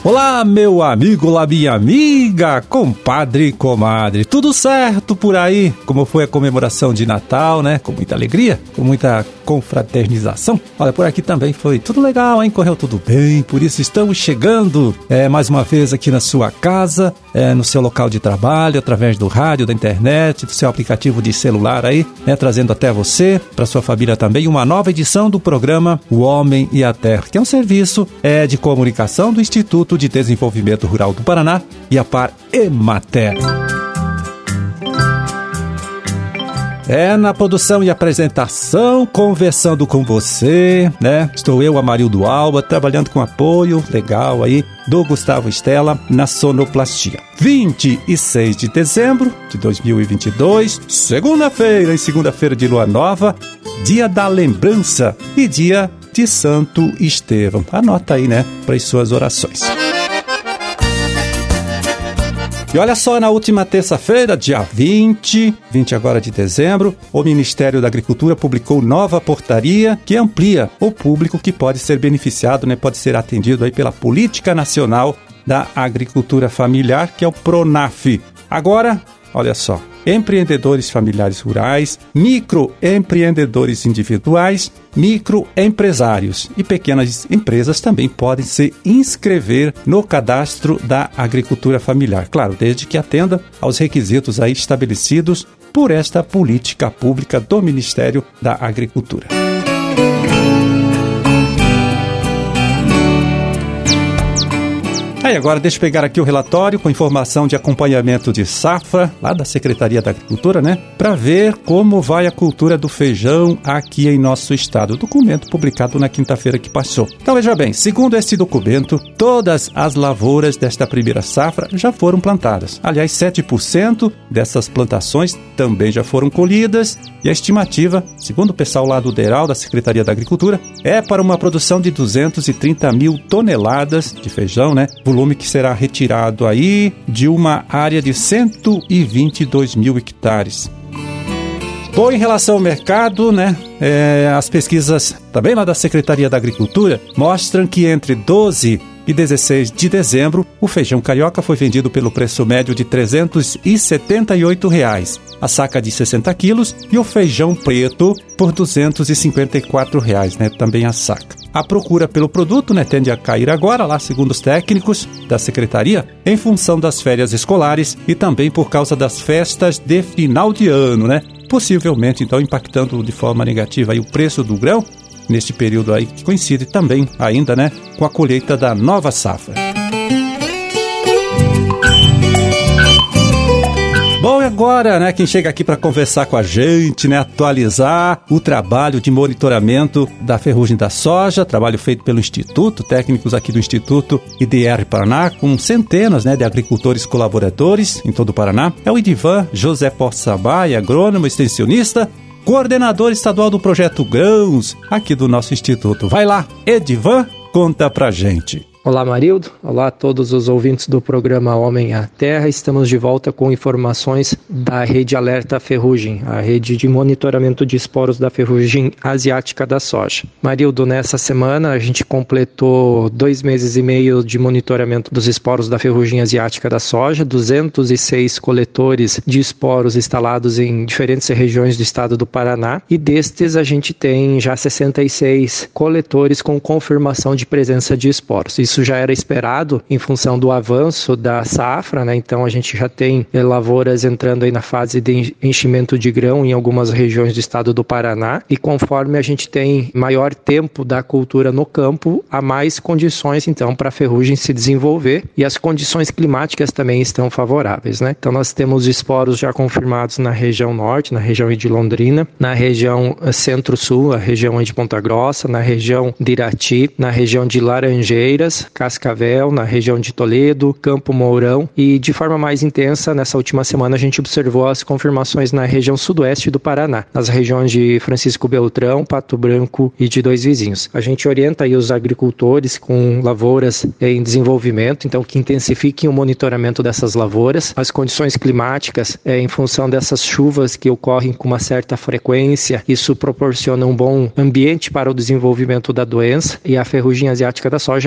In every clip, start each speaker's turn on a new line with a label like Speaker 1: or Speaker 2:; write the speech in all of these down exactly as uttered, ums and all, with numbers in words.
Speaker 1: Olá, meu amigo, olá, minha amiga, compadre e comadre, tudo certo por aí? Como foi a comemoração de Natal, né? Com muita alegria, com muita confraternização. Olha, por aqui também foi tudo legal, hein? Correu tudo bem, por isso estamos chegando é, mais uma vez aqui na sua casa, é, no seu local de trabalho, através do rádio, da internet, do seu aplicativo de celular aí, né? Trazendo até você, para sua família também, uma nova edição do programa O Homem e a Terra, que é um serviço é, de comunicação do Instituto de Desenvolvimento Rural do Paraná e a Par Emater. É, na produção e apresentação, conversando com você, né? Estou eu, Amarildo Alba, trabalhando com apoio legal aí do Gustavo Estela na sonoplastia. vinte e seis de dezembro de dois mil e vinte e dois, segunda-feira, em segunda-feira de lua nova, dia da lembrança e dia de Santo Estevão. Anota aí, né, para as suas orações. E olha só, na última terça-feira, dia vinte, vinte agora de dezembro, o Ministério da Agricultura publicou nova portaria que amplia o público que pode ser beneficiado, né, pode ser atendido aí pela Política Nacional da Agricultura Familiar, que é o PRONAF. Agora, olha só, empreendedores familiares rurais, microempreendedores individuais, microempresários e pequenas empresas também podem se inscrever no cadastro da agricultura familiar. Claro, desde que atenda aos requisitos aí estabelecidos por esta política pública do Ministério da Agricultura. Aí agora deixa eu pegar aqui o relatório com informação de acompanhamento de safra, lá da Secretaria da Agricultura, né? Para ver como vai a cultura do feijão aqui em nosso estado. Documento publicado na quinta-feira que passou. Então veja bem, segundo esse documento, todas as lavouras desta primeira safra já foram plantadas. Aliás, sete por cento dessas plantações também já foram colhidas e a estimativa, segundo o pessoal lá do DERAL, da Secretaria da Agricultura, é para uma produção de duzentos e trinta mil toneladas de feijão, né? Volume que será retirado aí de uma área de cento e vinte e dois mil hectares. Bom, em relação ao mercado, né, é, as pesquisas também lá da Secretaria da Agricultura mostram que entre doze e dezesseis de dezembro, o feijão carioca foi vendido pelo preço médio de trezentos e setenta e oito reais, a saca de sessenta quilos, e o feijão preto por duzentos e cinquenta e quatro reais, né, também a saca. A procura pelo produto, né, tende a cair agora, lá segundo os técnicos da Secretaria, em função das férias escolares e também por causa das festas de final de ano, né? Possivelmente, então, impactando de forma negativa aí o preço do grão, neste período aí que coincide também ainda, né, com a colheita da nova safra. Bom, e agora, né, quem chega aqui para conversar com a gente, né, atualizar o trabalho de monitoramento da ferrugem da soja, trabalho feito pelo Instituto, técnicos aqui do Instituto I D R Paraná, com centenas, né, de agricultores colaboradores em todo o Paraná, é o Edivan José Porçabai, agrônomo, extensionista, coordenador estadual do Projeto Grãos, aqui do nosso Instituto. Vai lá, Edivan, conta pra gente.
Speaker 2: Olá, Marildo. Olá a todos os ouvintes do programa Homem à Terra. Estamos de volta com informações da Rede Alerta Ferrugem, a rede de monitoramento de esporos da ferrugem asiática da soja. Marildo, nessa semana a gente completou dois meses e meio de monitoramento dos esporos da ferrugem asiática da soja, duzentos e seis coletores de esporos instalados em diferentes regiões do estado do Paraná, e destes a gente tem já sessenta e seis coletores com confirmação de presença de esporos. Isso Isso já era esperado em função do avanço da safra, né? Então a gente já tem eh, lavouras entrando aí na fase de enchimento de grão em algumas regiões do estado do Paraná, e conforme a gente tem maior tempo da cultura no campo, há mais condições então para a ferrugem se desenvolver, e as condições climáticas também estão favoráveis, né? Então nós temos esporos já confirmados na região norte, na região de Londrina, na região centro-sul, a região de Ponta Grossa, na região de Irati, na região de Laranjeiras, Cascavel, na região de Toledo, Campo Mourão, e de forma mais intensa, nessa última semana a gente observou as confirmações na região sudoeste do Paraná, nas regiões de Francisco Beltrão, Pato Branco e de Dois Vizinhos. A gente orienta aí os agricultores com lavouras em desenvolvimento, então que intensifiquem o monitoramento dessas lavouras, as condições climáticas, é, em função dessas chuvas que ocorrem com uma certa frequência, isso proporciona um bom ambiente para o desenvolvimento da doença, e a ferrugem asiática da soja é uma doença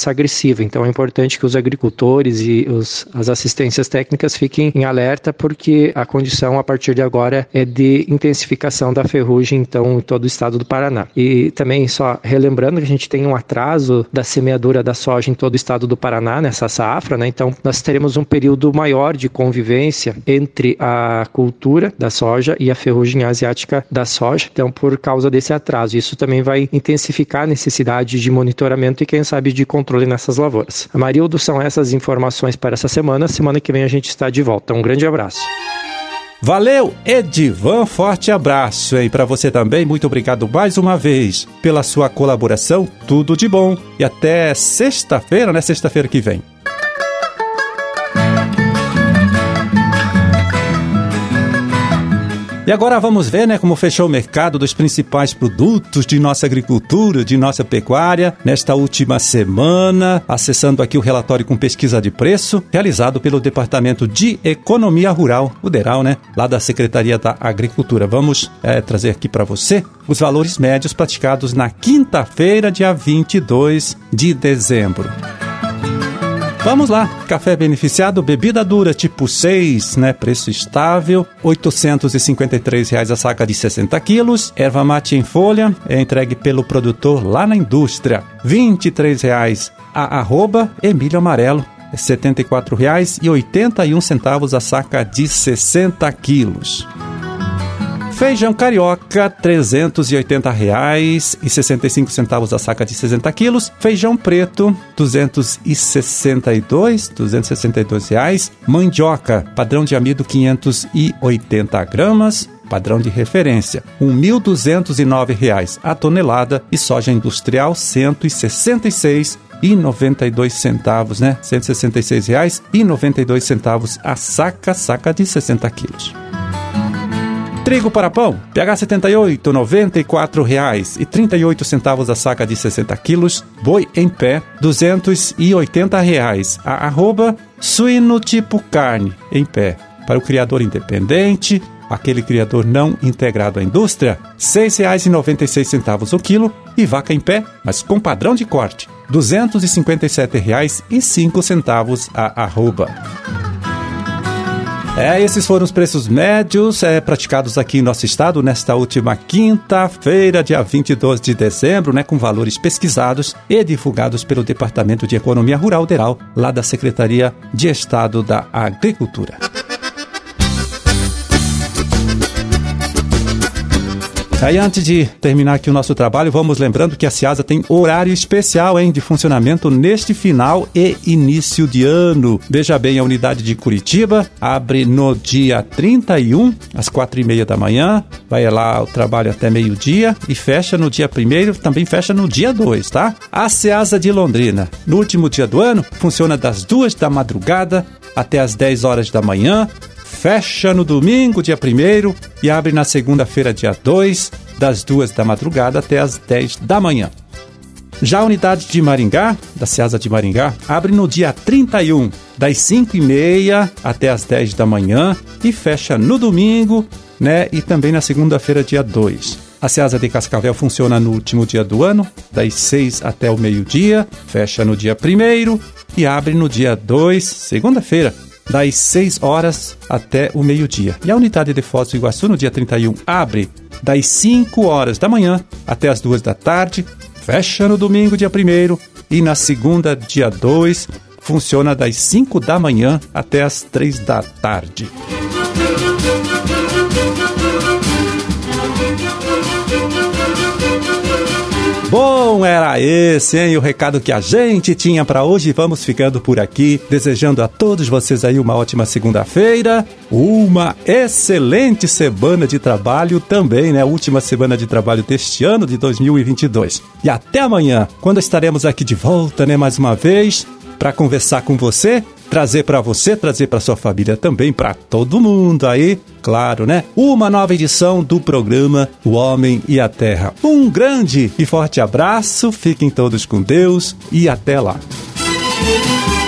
Speaker 2: doença agressiva. Então é importante que os agricultores e os, as assistências técnicas fiquem em alerta, porque a condição a partir de agora é de intensificação da ferrugem, então, em todo o estado do Paraná. E também, só relembrando que a gente tem um atraso da semeadura da soja em todo o estado do Paraná, nessa safra, né? Então nós teremos um período maior de convivência entre a cultura da soja e a ferrugem asiática da soja, então por causa desse atraso. Isso também vai intensificar a necessidade de monitoramento e, quem sabe, de controle nessas lavouras. Amarildo, são essas informações para essa semana. Semana que vem a gente está de volta. Um grande abraço.
Speaker 1: Valeu, Edivan, forte abraço, e para você também, muito obrigado mais uma vez pela sua colaboração, tudo de bom, e até sexta-feira, né, sexta-feira que vem. E agora vamos ver, né, como fechou o mercado dos principais produtos de nossa agricultura, de nossa pecuária, nesta última semana, acessando aqui o relatório com pesquisa de preço, realizado pelo Departamento de Economia Rural, o DERAL, né, lá da Secretaria da Agricultura. Vamos é, trazer aqui para você os valores médios praticados na quinta-feira, dia vinte e dois de dezembro. Vamos lá, café beneficiado, bebida dura tipo seis, né, preço estável, oitocentos e cinquenta e três reais a saca de sessenta quilos, erva mate em folha, é entregue pelo produtor lá na indústria, vinte e três reais a arroba, milho amarelo, setenta e quatro reais e oitenta e um centavos a saca de sessenta quilos. Feijão carioca, trezentos e oitenta reais e sessenta e cinco centavos a saca de sessenta quilos. Feijão preto, duzentos e sessenta e dois, duzentos e sessenta e dois reais. Mandioca, padrão de amido, quinhentos e oitenta gramas. Padrão de referência, mil duzentos e nove reais a tonelada. E soja industrial, cento e sessenta e seis e noventa e dois centavos, né? cento e sessenta e seis reais e noventa e dois centavos a saca, saca de sessenta quilos. Trigo para pão, P H setenta e oito, noventa e quatro reais e trinta e oito centavos a saca de sessenta quilos. Boi em pé, duzentos e oitenta reais a arroba. Suíno tipo carne em pé, para o criador independente, aquele criador não integrado à indústria, seis reais e noventa e seis centavos o quilo. E vaca em pé, mas com padrão de corte, duzentos e cinquenta e sete reais e cinco centavos a arroba. É, esses foram os preços médios é, praticados aqui em nosso estado nesta última quinta-feira, dia vinte e dois de dezembro, né, com valores pesquisados e divulgados pelo Departamento de Economia Rural DERAL, lá da Secretaria de Estado da Agricultura. Aí, antes de terminar aqui o nosso trabalho, vamos lembrando que a Ceasa tem horário especial, hein, de funcionamento neste final e início de ano. Veja bem, a unidade de Curitiba abre no dia trinta e um, às quatro e meia da manhã, vai lá o trabalho até meio-dia e fecha no dia primeiro, também fecha no dia dois, tá? A Ceasa de Londrina, no último dia do ano, funciona das duas da madrugada até as dez horas da manhã, fecha no domingo, dia primeiro, e abre na segunda-feira, dia dois, das duas da madrugada até as dez da manhã. Já a unidade de Maringá, da Ceasa de Maringá, abre no dia trinta e um, das cinco e meia até as dez da manhã, e fecha no domingo, né, e também na segunda-feira, dia dois. A Ceasa de Cascavel funciona no último dia do ano, das seis até o meio-dia, fecha no dia primeiro e abre no dia dois, segunda-feira, das seis horas até o meio-dia. E a unidade de Foz do Iguaçu, no dia trinta e um, abre das cinco horas da manhã até as duas da tarde, fecha no domingo, dia primeiro, e na segunda, dia dois, funciona das cinco da manhã até as três da tarde. Bom, era esse, hein, o recado que a gente tinha para hoje. Vamos ficando por aqui, desejando a todos vocês aí uma ótima segunda-feira, uma excelente semana de trabalho também, né, última semana de trabalho deste ano de dois mil e vinte e dois. E até amanhã, quando estaremos aqui de volta, né, mais uma vez, para conversar com você, trazer para você, trazer para sua família também, para todo mundo aí, claro, né? Uma nova edição do programa O Homem e a Terra. Um grande e forte abraço, fiquem todos com Deus e até lá.